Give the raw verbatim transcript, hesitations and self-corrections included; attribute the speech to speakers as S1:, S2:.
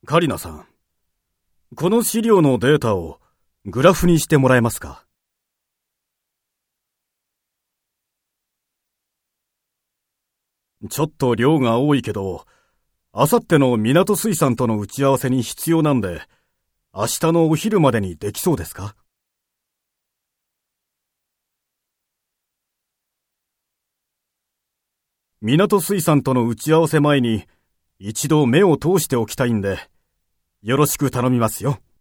S1: カリナさん、この資料のデータをグラフにしてもらえますか？ちょっと量が多いけど、あさっての港水産との打ち合わせに必要なんで、明日のお昼までにできそうですか？港水産との打ち合わせ前に一度目を通しておきたいんで、よろしく頼みますよ。